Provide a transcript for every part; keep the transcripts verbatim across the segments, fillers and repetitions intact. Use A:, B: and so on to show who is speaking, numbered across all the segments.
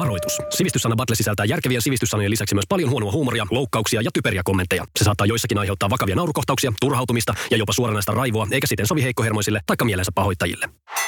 A: Varoitus. Sivistyssana Battle sisältää järkevien sivistyssanojen lisäksi myös paljon huonoa huumoria, loukkauksia ja typeriä kommentteja. Se saattaa joissakin aiheuttaa vakavia naurukohtauksia, turhautumista ja jopa suoranaista raivoa, eikä siten sovi heikkohermoisille taikka mielensä pahoittajille.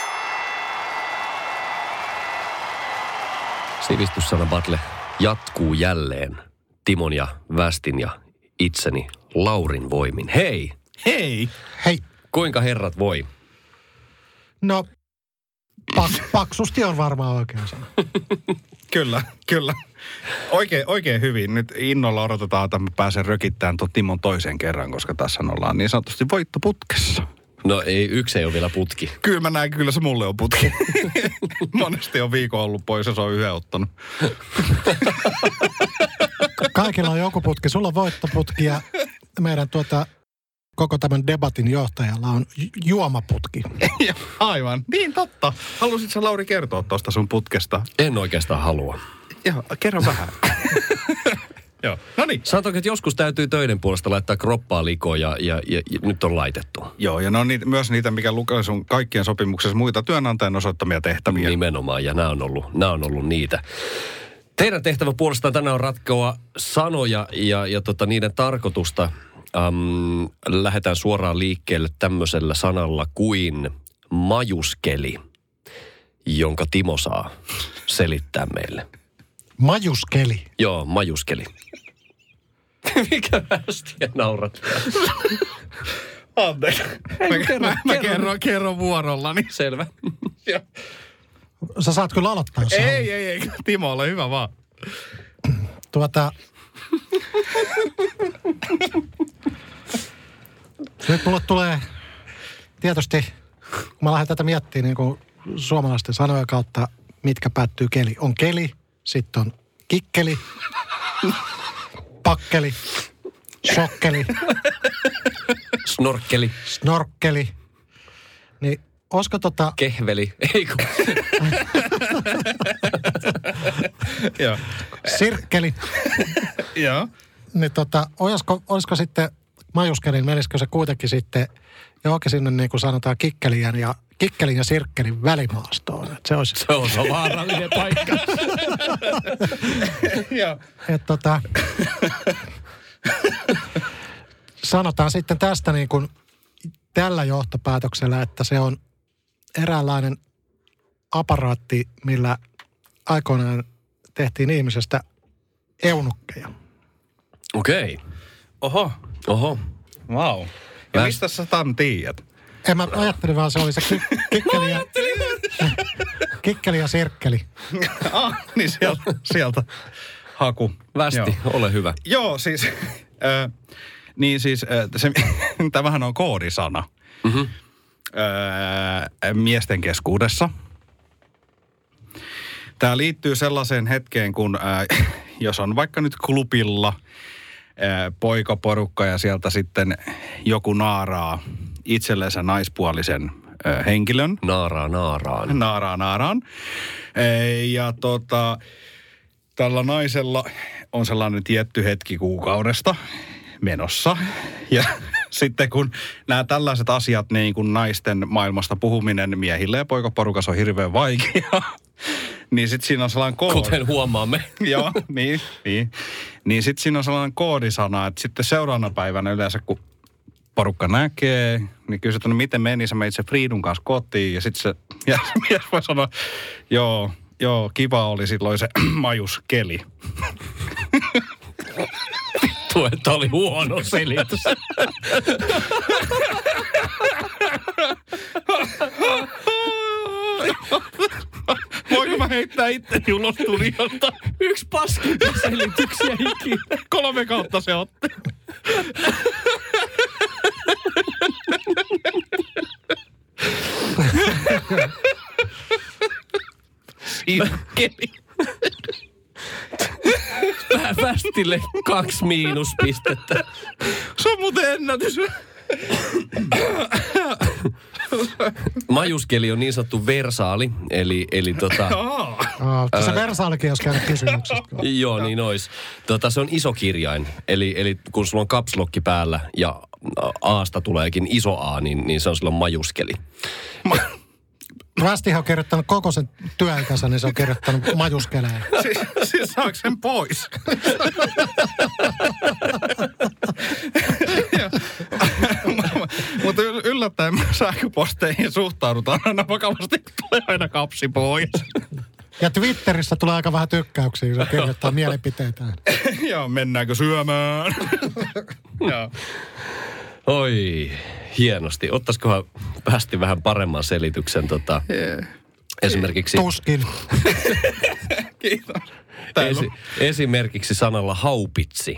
B: Sivistyssana Battle jatkuu jälleen Timon ja Västin ja itseni Laurin voimin. Hei!
C: Hei!
D: Hei!
B: Kuinka herrat voi?
D: No, pak- paksusti on varmaan oikein sana.
C: Kyllä, kyllä. Oikein, oikein hyvin. Nyt innolla odotetaan, että mä pääsen rökittämään tuon Timon toisen kerran, koska tässä ollaan niin sanotusti voittoputkessa.
B: No ei, yksi ei ole vielä putki.
C: Kyllä mä näin, kyllä se mulle on putki. Monesti on viikon ollut pois ja se on yhden ottanut.
D: Kaikilla on joku putki. Sulla on voittoputki ja meidän tuota, koko tämän debatin johtajalla on ju- juomaputki.
C: Aivan. Niin totta. Halusitko Lauri kertoa tuosta sun putkesta?
B: En oikeastaan halua.
C: Joo, kerro vähän. Joo, no niin.
B: Sanotaanko, että joskus täytyy töiden puolesta laittaa kroppaa likoon ja, ja, ja, ja nyt on laitettu.
C: Joo, ja ne on niitä, myös niitä, mikä lukee sun kaikkien sopimuksessa muita työnantajan osoittamia tehtäviä.
B: Nimenomaan, ja nämä on ollut, nämä on ollut niitä. Teidän tehtävä puolestaan tänään on ratkoa sanoja ja, ja tota, niiden tarkoitusta. Um, lähdetään suoraan liikkeelle tämmöisellä sanalla kuin majuskeli, jonka Timo saa selittää meille.
D: Majuskeli.
B: Joo, majuskeli. Mikä västiä naurat?
C: Anteeksi. Mä, kerron, mä, mä kerron, kerron vuorollani.
B: Selvä.
D: Sä saat kyllä aloittaa.
C: Ei, ei, ei, ei. Timo, ole hyvä vaan.
D: Tuota... Nyt mulle tulee tietysti, kun mä lähden tätä miettimään niin kuin suomalaisten sanojen kautta, mitkä päättyy keli. On keli, sitten on kikkeli, pakkeli, sokkeli,
B: Snorkkeli.
D: snorkkeli. Niin olisiko tota...
B: Kehveli. Ei kun...
C: Joo.
D: Sirkkeli.
C: Joo.
D: Niin tota, olisiko, olisiko sitten majuskelin, menisikö se kuitenkin sitten johonkin sinne niin kuin sanotaan kikkelin ja, kikkelin ja sirkkelin välimaastoon. Et se olisi...
B: Se on se vaarallinen paikka.
C: Joo.
D: Että tota... Sanotaan sitten tästä niin kuin tällä johtopäätöksellä, että se on eräänlainen aparaatti, millä aikoinaan tehtiin ihmisestä eunukkeja.
B: Okei. Okay.
C: Oho.
B: Oho.
C: Vau. Wow. Ja
B: Väst...
C: mistä sä tämän tiedät?
D: En mä ajattelin vaan, se oli se ki- kikkeli, ja, kikkeli ja sirkkeli.
C: ah, niin sieltä, sieltä haku.
B: Västi,
C: Joo.
B: ole hyvä.
C: Joo, siis... Äh, niin siis, äh, se, tämähän on koodisana.
B: Mm-hmm.
C: Äh, miesten keskuudessa. Tämä liittyy sellaiseen hetkeen, kun äh, jos on vaikka nyt klubilla äh, poikaporukka ja sieltä sitten joku naaraa itsellensä naispuolisen äh, henkilön.
B: Naaraa naaraan.
C: Naaraa naaraan. Äh, ja tota, tällä naisella on sellainen tietty hetki kuukaudesta menossa. Ja sitten kun nämä tällaiset asiat, niin kuin naisten maailmasta puhuminen miehille ja poikaporukassa on hirveän vaikeaa, niin sitten siinä on sellainen koodi.
B: Kuten huomaamme.
C: Joo, niin, niin. Niin sitten siinä on sellainen koodisana, että sitten seuraavana päivänä yleensä, kun porukka näkee, niin kysytään, no miten meni, sä meit se Friidun kanssa kotiin, ja sitten se ja mies voi sanoa, joo, joo, kiva oli silloin se majuskeli.
B: Tuo, että oli huono selitys.
C: Voinko mä heittää itteni ulos studiosta?
B: Yksi paskimpia selityksiä ikinä.
C: Kolme kautta se otti. Sirkkeli.
B: Västille kaksi miinuspistettä.
C: Se on muuten ennätys.
B: Majuskeli on niin sanottu versaali, eli, eli tota...
D: Aa, se versaalikin jos käynyt kysymyksestä.
B: Joo, niin ois. Tota, se on iso kirjain, eli, eli kun sulla on kapslokki päällä ja Aasta tuleekin iso A, niin, niin se on silloin majuskeli.
C: Ma-
D: Rastihan on kirjoittanut koko sen työikänsä, niin se on kirjoittanut majuskeleen.
C: Siis, siis saako sen pois? Mutta yllättäen sähköposteihin suhtaudutaan aina vakavasti, kun tulee aina kapsi pois.
D: Ja Twitterissä tulee aika vähän tykkäyksiä, kun se kirjoittaa mielipiteitään.
C: Joo, mennäänkö syömään? Joo.
B: Oi, hienosti. Ottaisikohan päästi vähän paremman selityksen tota,
C: Yeah.
B: esimerkiksi...
D: Tuskin.
C: Kiitos.
B: Esi, esimerkiksi sanalla haupitsi.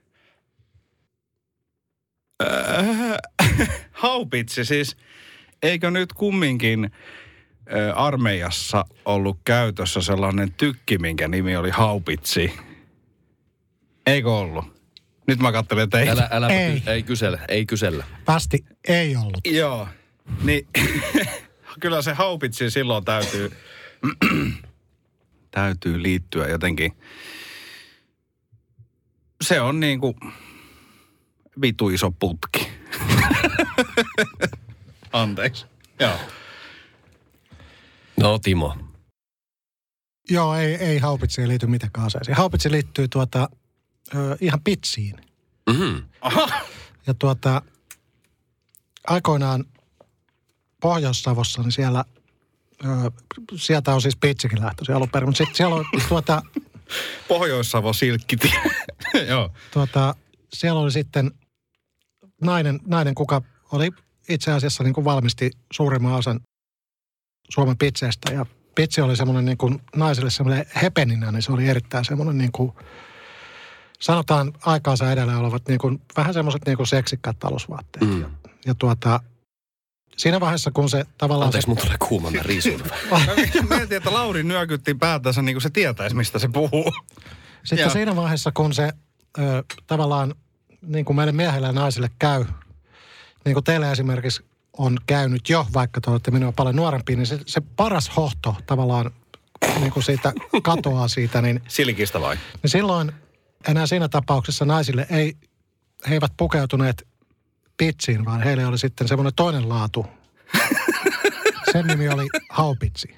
C: Äh, haupitsi siis, eikö nyt kumminkin äh, armeijassa ollut käytössä sellainen tykki, minkä nimi oli haupitsi? Eikö ollut? Nyt mä katselen teitä.
B: Älä, älä
D: Ei.
B: ei kysellä, ei kysellä.
D: Päästi ei ollut.
C: Joo, niin kyllä se haupitsi silloin täytyy, täytyy liittyä jotenkin. Se on niin kuin vitu iso putki. Anteeksi. Joo.
B: No Timo.
D: Joo, ei, ei haupitsiin liity mitenkään aseisiin. Haupitsi liittyy tuota, ö, ihan pitsiin.
B: Mm-hmm.
C: Aha.
D: Ja tuota, aikoinaan Pohjois-Savossa, niin siellä, ö, sieltä on siis pitsikin lähtöisin alun perin. Mutta sitten siellä on tuota,
C: Pohjois-Savo silkkitie. Joo.
D: tuota, siellä oli sitten nainen, nainen, kuka oli itse asiassa niin kuin valmisti suurimman osan Suomen pitseistä. Ja pitsi oli semmoinen niin kuin naiselle semmoinen hepeninä, niin se oli erittäin semmoinen niin kuin, sanotaan aikaansa edellä olevat niin kuin, vähän semmoiset niin kuin seksikkaat talousvaatteet.
B: Mm.
D: Ja, ja tuota, siinä vaiheessa, kun se tavallaan...
B: Anteeksi,
D: se,
B: mun tulee kuuma, mä riisun.
C: Mietin, että Lauri nyökytti päätänsä niin kuin se tietäisi, mistä se puhuu.
D: Sitten
C: Joo.
D: siinä vaiheessa, kun se ö, tavallaan niin kuin meille miehille ja naisille käy, niin kuin teille esimerkiksi on käynyt jo, vaikka te olette minua paljon nuorempia, niin se, se paras hohto tavallaan niin kuin siitä katoaa siitä, niin,
C: Silkistä vai?
D: niin silloin enää siinä tapauksessa naisille ei, he eivät pukeutuneet pitsiin, vaan heille oli sitten semmoinen toinen laatu. Sen nimi oli haupitsi.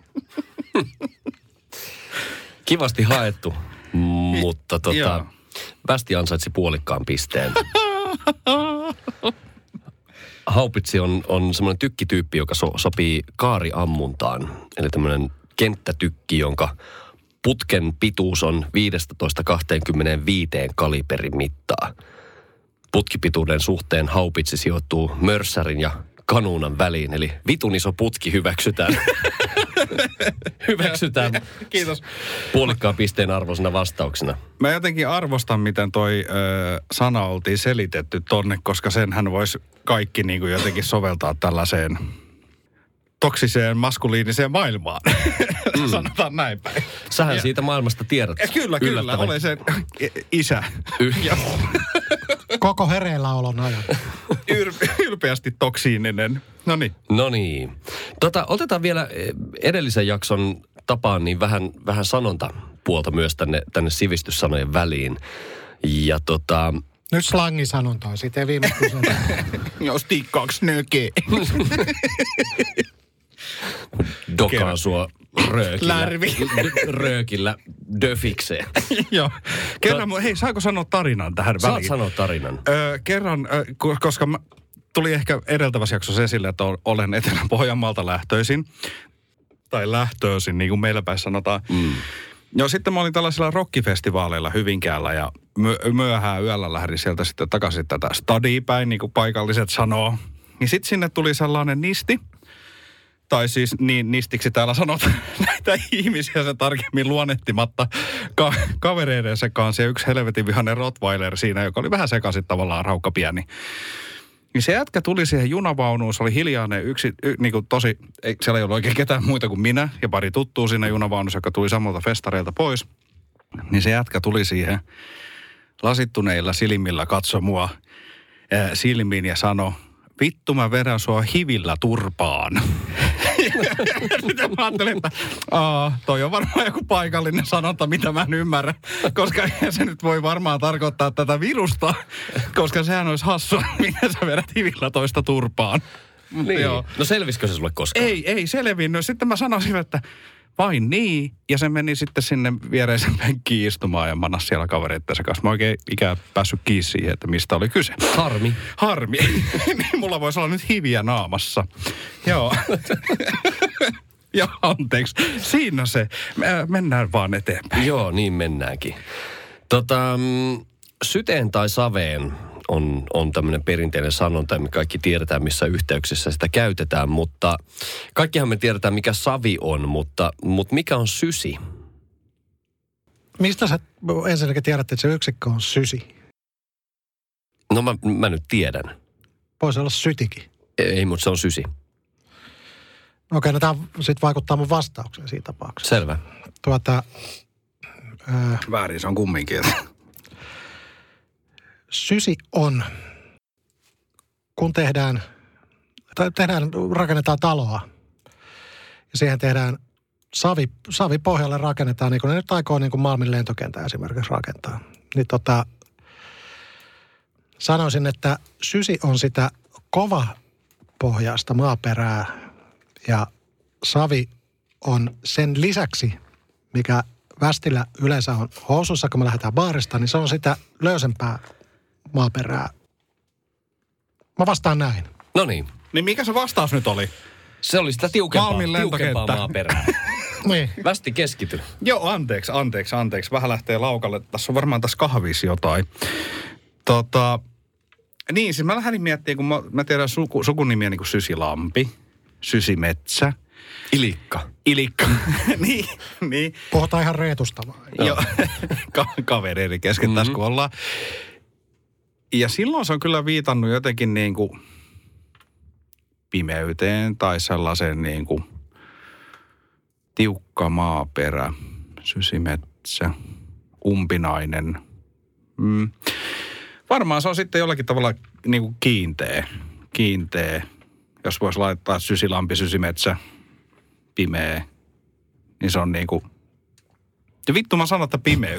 B: Kivasti haettu, mutta tota,
C: Joo.
B: Västi ansaitsi puolikkaan pisteen. Haupitsi on, on semmoinen tykkityyppi, joka so, sopii kaariammuntaan. Eli tämmöinen kenttätykki, jonka putken pituus on viisitoista kaksikymmentäviisi kaliberin mittaa. Putkipituuden suhteen haupitsi sijoittuu mörssärin ja kanuunan väliin, eli vitun iso putki hyväksytään. hyväksytään.
C: Kiitos.
B: Puolikkaan pisteen arvoisena vastauksena.
C: Mä jotenkin arvostan, miten toi ö, sana oltiin selitetty tonne, koska senhän voisi kaikki niin kuin jotenkin soveltaa tällaiseen toksiseen maskuliiniseen maailmaan. Mm. Sanotaan näin päin.
B: Sähän
C: ja,
B: siitä maailmasta tiedät.
C: Ja kyllä, kyllä.
B: Yllättävän.
C: Olen sen isä.
B: Y-
D: Koko hereilläolon ajan.
C: Ylpe- ylpeästi toksiininen. No niin.
B: No niin. Tota, otetaan vielä edellisen jakson tapaan niin vähän, vähän sanontapuolta myös tänne, tänne sivistyssanojen väliin. Ja tota...
D: Nyt slangisanontaa, siitä ei viime kysyä.
C: Jos tikkaaks nöke.
B: Dokaan sua röökillä.
C: Lärvi.
B: Röökillä döfikseen.
C: Joo. Kerran, to... hei, saako sanoa tarinan tähän
B: Saat
C: väliin?
B: sanoa tarinan.
C: Öö, kerran, ö, koska mä, tuli ehkä edeltävässä jaksossa esille, että olen Etelä-Pohjanmaalta lähtöisin. Tai lähtöisin, niin kuin meillä päin sanotaan.
B: Mm.
C: Joo, sitten mä olin tällaisilla rockifestivaaleilla Hyvinkäällä ja myö- myöhään yöllä lähdin sieltä sitten takaisin tätä stadia päin, niin kuin paikalliset sanoo. Niin sitten sinne tuli sellainen nisti, tai siis niin nistiksi täällä sanotaan näitä ihmisiä sen tarkemmin luonnehtimatta ka- kavereidensa kanssa. Ja yksi helvetin vihainen Rottweiler siinä, joka oli vähän sekaisin tavallaan raukka pieni. Niin se jätkä tuli siihen junavaunuun, se oli hiljainen, yksi, y, niin kuin tosi, ei, siellä ei ollut oikein ketään muita kuin minä ja pari tuttua siinä junavaunussa, joka tuli samalta festareilta pois. Niin se jätkä tuli siihen lasittuneilla silmillä, katsoi mua ää, silmiin ja sanoi, vittu mä vedän sua hivillä turpaan. Sitten mä ajattelin, että aa, toi on varmaan joku paikallinen sanonta, mitä mä en ymmärrä. Koska se nyt voi varmaan tarkoittaa tätä virusta, koska sehän olisi hassua, miten sä vedät hivillä toista turpaan.
B: Niin.
C: Joo.
B: No selvisikö se sulle koskaan?
C: Ei, ei selvinnyt. Sitten mä sanoisin, että vain niin. Ja se meni sitten sinne viereisen penkkiin istumaan ja manas siellä kavereittensa kanssa. Mä oikein ikään päässyt kiinni siihen, että mistä oli kyse.
B: Harmi.
C: Harmi. Niin mulla voisi olla nyt hiviä naamassa. Joo. Joo, anteeksi. Siinä se. Mennään vaan eteenpäin.
B: Joo, niin mennäänkin. Tota, syteen tai saveen on, on tämmöinen perinteinen sanonta, ja me kaikki tiedetään, missä yhteyksissä sitä käytetään, mutta kaikkihan me tiedetään, mikä savi on, mutta, mutta mikä on sysi?
D: Mistä sä ensinnäkin tiedät, että se yksikkö on sysi?
B: No mä, mä nyt tiedän.
D: Voisi olla sytikin.
B: Ei, mutta se on sysi.
D: Okei, no tämä sitten vaikuttaa mun vastaukseen siinä tapauksessa.
B: Selvä.
D: Tuota, ää,
C: Väärin se on kumminkin.
D: sysi on, kun tehdään, tai tehdään, rakennetaan taloa ja siihen tehdään savi, savipohjalle rakennetaan, niin kuin ne nyt aikoo niin kuin Malmin lentokenttä esimerkiksi rakentaa. Niin tota, sanoisin, että sysi on sitä kovapohjaista maaperää ja savi on sen lisäksi, mikä västillä yleensä on housussa, kun me lähdetään baarista, niin se on sitä löysempää maaperää. Mä vastaan näin.
B: No niin.
C: Niin mikä se vastaus nyt oli?
B: Se oli sitä tiukempaa,
C: Malmin
B: tiukempaa
C: lentokenttä.
B: maaperää.
D: Niin.
B: Västi keskity.
C: Joo, anteeksi, anteeksi, anteeksi. Vähän lähtee laukalle. Tässä on varmaan tässä kahvissa jotain. Tota, niin, siis mä lähdin miettimään, kun mä, mä tiedän suku, sukunimiä niin kuin Sysilampi, Sysimetsä,
B: Ilikka.
C: Ilikka. niin, niin.
D: Puhutaan ihan reetusta vaan.
C: Joo, Ka- kavereiden kesken mm-hmm. tässä kun ollaan. Ja silloin se on kyllä viitannut jotenkin niin kuin pimeyteen tai sellaiseen niin kuin tiukka maaperä, sysimetsä, umpinainen. Mm. Varmaan se on sitten jollakin tavalla niin kuin kiinteä, kiinteä. Jos voisi laittaa Sysilampi, Sysimetsä, pimeä, niin se on niin kuin... Ja vittu mä sanon, että pimeys.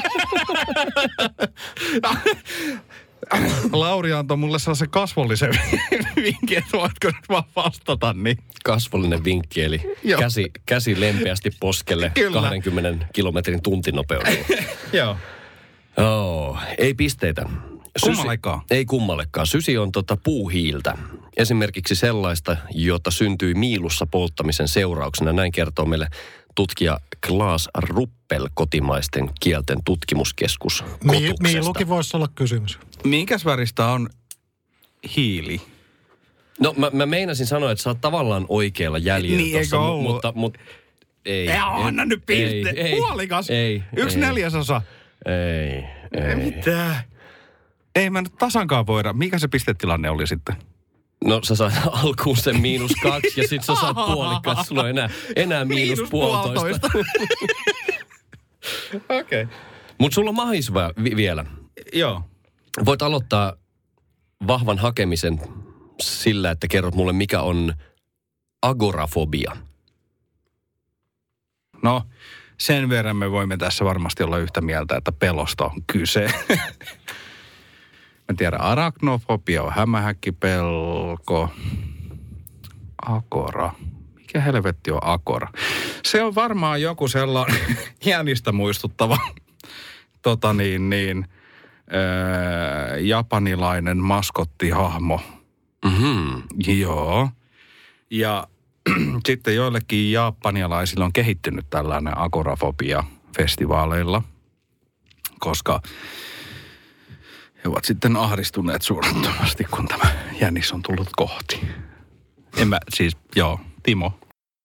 C: Lauri antoi mulle sellaisen kasvollisen vinkin, että voitko nyt vaan vastata, niin...
B: Kasvollinen vinkki, eli
C: Joo.
B: käsi, käsi lempeästi poskelle
C: Kyllä.
B: kahdenkymmenen kilometrin tuntinopeudella.
C: Joo.
B: Oh, ei pisteitä.
C: Kummallekaan?
B: Ei kummallekaan. Sysi on tota puuhiiltä. Esimerkiksi sellaista, jota syntyi miilussa polttamisen seurauksena. Näin kertoo meille tutkija Klaas Ruppel kotimaisten kielten tutkimuskeskus
D: Mi-
B: Kotuksesta.
D: Miilukin voisi olla kysymys.
C: Minkäs väristä on hiili?
B: No mä, mä meinasin sanoa, että sä oot tavallaan oikealla jäljellä
C: Niin,
B: tossa,
C: eikö
B: mu-
C: ollut?
B: mutta, mutta ei.
C: Ei, anna nyt piste.
B: Ei, ei,
C: Puolikas.
B: Ei,
C: Yksi
B: ei,
C: neljäsosa.
B: Ei, ei.
C: Mitä? Ei mä nyt tasankaan voida. Mikä se pistetilanne oli sitten?
B: No sä saat alkuun sen miinus kaksi ja sit sä saat puolikas. Sulla on enää, enää miinus,
C: Miinus
B: puolitoista.
C: Okei. Okay.
B: Mut sulla on mahis vi- vielä.
C: Joo.
B: Voit aloittaa vahvan hakemisen sillä, että kerrot mulle, mikä on agorafobia.
C: No, sen verran me voimme tässä varmasti olla yhtä mieltä, että pelosta on kyse. Mä tiedän, arachnofobia on hämähäkkipelko. Agora. Mikä helvetti on agora? Se on varmaan joku sellainen jäänistä muistuttava tota niin, niin, öö, japanilainen maskottihahmo.
B: Mm-hmm.
C: Joo. Ja sitten joillekin japanialaisille on kehittynyt tällainen agorafobia festivaaleilla, koska he ovat sitten ahdistuneet suunnattomasti, kun tämä jänis on tullut kohti. En mä, siis, joo, Timo.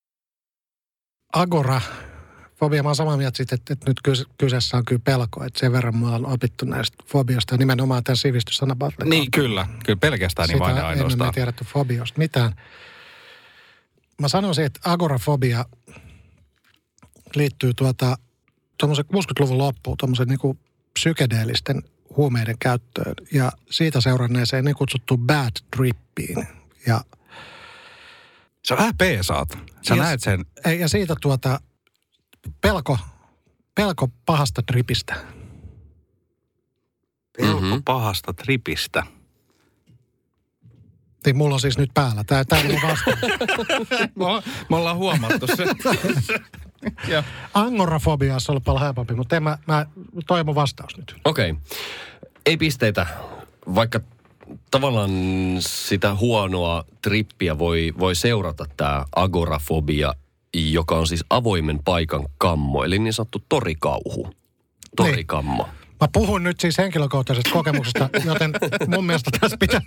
D: Agora. Fobia, mä oon samaa mieltä siitä, että, että nyt kyseessä on kyllä pelko, että sen verran mä oon opittu näistä fobiasta ja nimenomaan tämän sivistyssanabatlen
C: Niin, kyllä. Kyllä pelkästään niin vain ja
D: Sitä ennen me
C: ainoastaan.
D: ei tiedetty fobiosta mitään. Mä sanoisin, että agorafobia liittyy tuota, tuommoisen kuusikymmentäluvun loppuun, tuommoisen niin kuin psykedeellisten huumeiden käyttöön ja siitä seuranneeseen niin kutsuttuun bad trippiin. Ja,
C: Sä vähän peesaat. Sä
D: ja,
C: näet sen.
D: ja siitä tuota pelko, pelko pahasta tripistä.
C: Pelko
B: Mhm.
C: pahasta tripistä.
D: Vasti, mulla on siis nyt päällä. Tää, tää on mun vastaus.
C: Me ollaan huomattu se.
D: Angorafobiassa oli paljon helpompi, mutta en mä, mä, toi on mun vastaus nyt.
B: Okei. Okay. Ei pisteitä, vaikka tavallaan sitä huonoa trippiä voi, voi seurata tämä agorafobia, joka on siis avoimen paikan kammo, eli niin sanottu torikauhu. Torikammo. Niin.
D: Mä puhun nyt siis henkilökohtaisesta kokemuksesta, joten mun mielestä tässä pitää...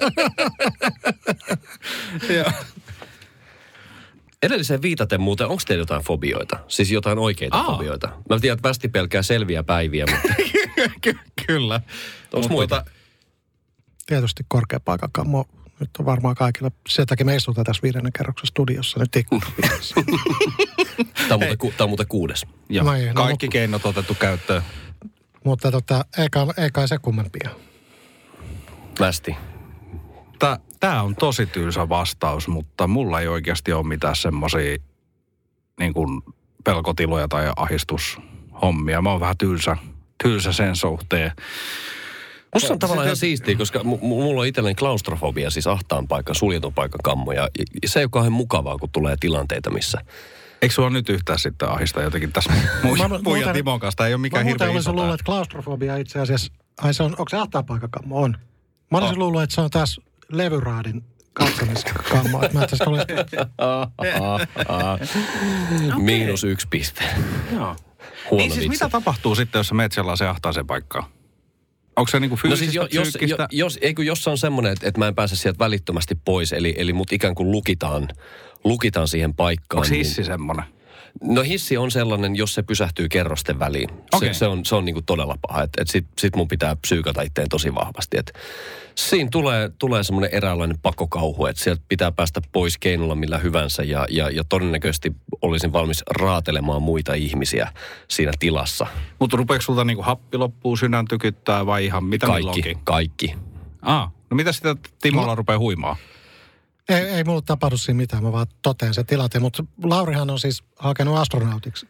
B: Edelliseen viitaten muuten, onko teillä jotain fobioita? Siis jotain oikeita Aa. fobioita? Mä tiedän, että Västi pelkää selviä päiviä, mutta...
C: Ky- kyllä.
B: Onko muita? Tuota...
D: Tietysti korkea paikakammo. Nyt on varmaan kaikilla. Sen takia me istutaan tässä viidennen kerroksen studiossa nyt ikkunapidessä.
B: Tämä on muuten, ku, tämä on muuten kuudes.
C: Joo. No, no, kaikki mutta, keinot otettu käyttöön.
D: Mutta tota, ei kai, ei kai se kummempia.
B: Västi.
C: Tää, tää on tosi tylsä vastaus, mutta mulla ei oikeasti ole mitään semmosia niin kuin pelkotiloja tai ahdistushommia. Mä oon vähän tylsä, tylsä sen suhteen.
B: Musta on tavallaan ihan siistiä, koska m- mulla on itselleen klaustrofobia, siis ahtaan paikan, suljetun paikan kammo. Ja se ei ole kauhean mukavaa, kun tulee tilanteita, missä...
C: Eikö sulla nyt yhtään sitten ahista jotenkin tässä muijan Timon kanssa? Tämä ei ole mikään hirveä iso.
D: Mä muuten luullut, että klaustrofobia itse asiassa... Ai se on, onko se ahtaan paikan kammo? On. Mä olisin oh. luullut, että se on taas levyraadin katsomiskammo. Mä ajattelin,
B: oli... Miinus yksi piste.
C: Joo. Niin siis mitä tapahtuu sitten, jos sä menet sellaiseen ahtaaseen paikkaan? Onko se niinku fyysistä, no siis jo, psyykkistä?
B: Jos, jos, eikö, jos on semmoinen, että, että mä en pääse sieltä välittömästi pois, eli, eli mut ikään kuin lukitaan, lukitaan siihen paikkaan.
C: Onko hissi niin, semmoinen?
B: No hissi on sellainen, jos se pysähtyy kerrosten väliin. Okay. Se, se on, se on niinku todella paha. Että et sit, sit mun pitää psyykata itteen tosi vahvasti. Et siinä tulee, tulee semmoinen eräänlainen pakokauhu, että sieltä pitää päästä pois keinolla millä hyvänsä. Ja, ja, ja todennäköisesti olisin valmis raatelemaan muita ihmisiä siinä tilassa.
C: Mutta rupeeko sulta niinku happi loppuu, sydän tykyttää vai ihan mitä
B: kaikki,
C: milloinkin?
B: Kaikki.
C: Ah, no mitä sitä Timolla no. rupeaa huimaa?
D: Ei, ei mulla tapahdu siinä mitään, mä vaan totean sen tilanteen, mutta Laurihan on siis hakenut astronautiksi.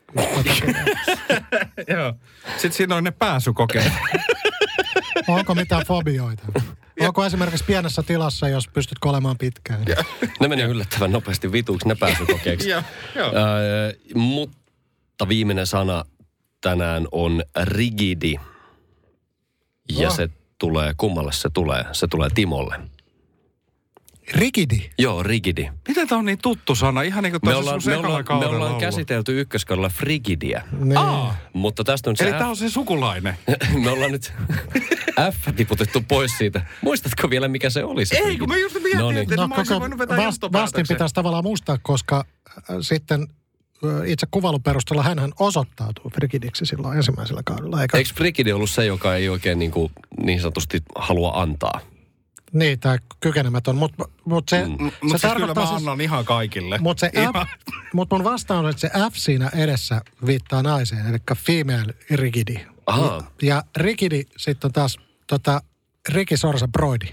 C: Joo. Sitten siinä on ne pääsykokeet.
D: Onko mitään fobioita? Onko esimerkiksi pienessä tilassa, jos pystyt olemaan pitkään?
B: Ne meni yllättävän nopeasti vituiksi, ne pääsykokeeksi.
C: Joo, joo.
B: Äh, mutta viimeinen sana tänään on rigidi. Ja oh. se tulee, kummalle se tulee? Se tulee Timolle.
D: Rigidi?
B: Joo, rigidi.
C: Miten tämä on niin tuttu sana? Ihan niin kuin
B: me ollaan, me ollaan, me ollaan käsitelty ykköskaudella frigidiä.
D: Niin.
B: Aa, mutta tästä on se
C: Eli
B: F...
C: tämä on se sukulainen.
B: Me ollaan nyt F tiputettu pois siitä. Muistatko vielä, mikä se oli se
C: Ei,
B: frigidi?
C: kun mä just mietin, no niin. että no, mä olisin voinut vetää
D: vast, Vastin pitäisi tavallaan muistaa, koska äh, sitten äh, itse kuvailun perusteella hänhän osoittautuu frigidiksi silloin ensimmäisellä kaudella. Eikä...
B: Eikö frigidi ollut se, joka ei oikein niin, kuin, niin sanotusti halua antaa?
D: Niin, tai kykenemätön, mutta mut se, mm. se
C: mut
D: tarkoittaa...
C: Kyllä mä annan siis, ihan kaikille.
D: Mutta se mut mun vastaus on, että se F siinä edessä viittaa naiseen, eli female rigidi.
B: Aha.
D: Ja rigidi sitten on taas tota, Riki Sorsa Broidi.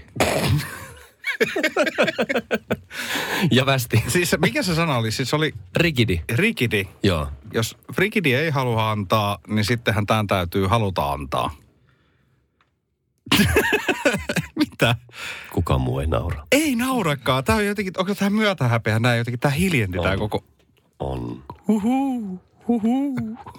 B: Ja Västi.
C: Siis mikä se sana oli? Siis oli...
B: Rigidi.
C: Rigidi.
B: Joo.
C: Jos frigidi ei halua antaa, niin sittenhän tämän täytyy haluta antaa. Mitä?
B: Kukaan muu ei naura.
C: Ei naurakaan. Tämä on jotenkin, onko tämä myötähäpeä näin jotenkin, tämä hiljentyy tämä koko...
B: On.
C: Huhuu, huhuu.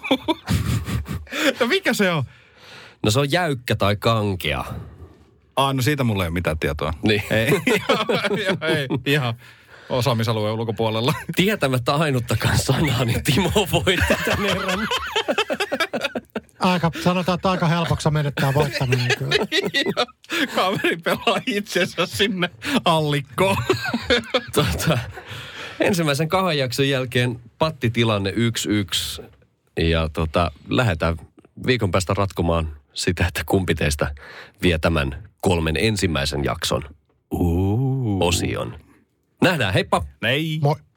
C: No mikä se on?
B: No se on jäykkä tai kankea.
C: Ah, no siitä mulla ei ole mitään tietoa.
B: Niin.
C: Ei, ei, ihan osaamisalueen ulkopuolella.
B: Tietämättä ainuttakaan sanaa, niin Timo voitti tämän erän.
D: Aika, sanotaan, että aika helpoksi menettää voittaminen.
C: Kaveri pelaa itsensä sinne allikkoon.
B: Tota, ensimmäisen kahden jakson jälkeen pattitilanne yksi yksi. Ja tota, lähdetään viikon päästä ratkomaan sitä, että kumpi teistä vie tämän kolmen ensimmäisen jakson uh. osion. Nähdään, heippa!
C: Nei!
D: Moi!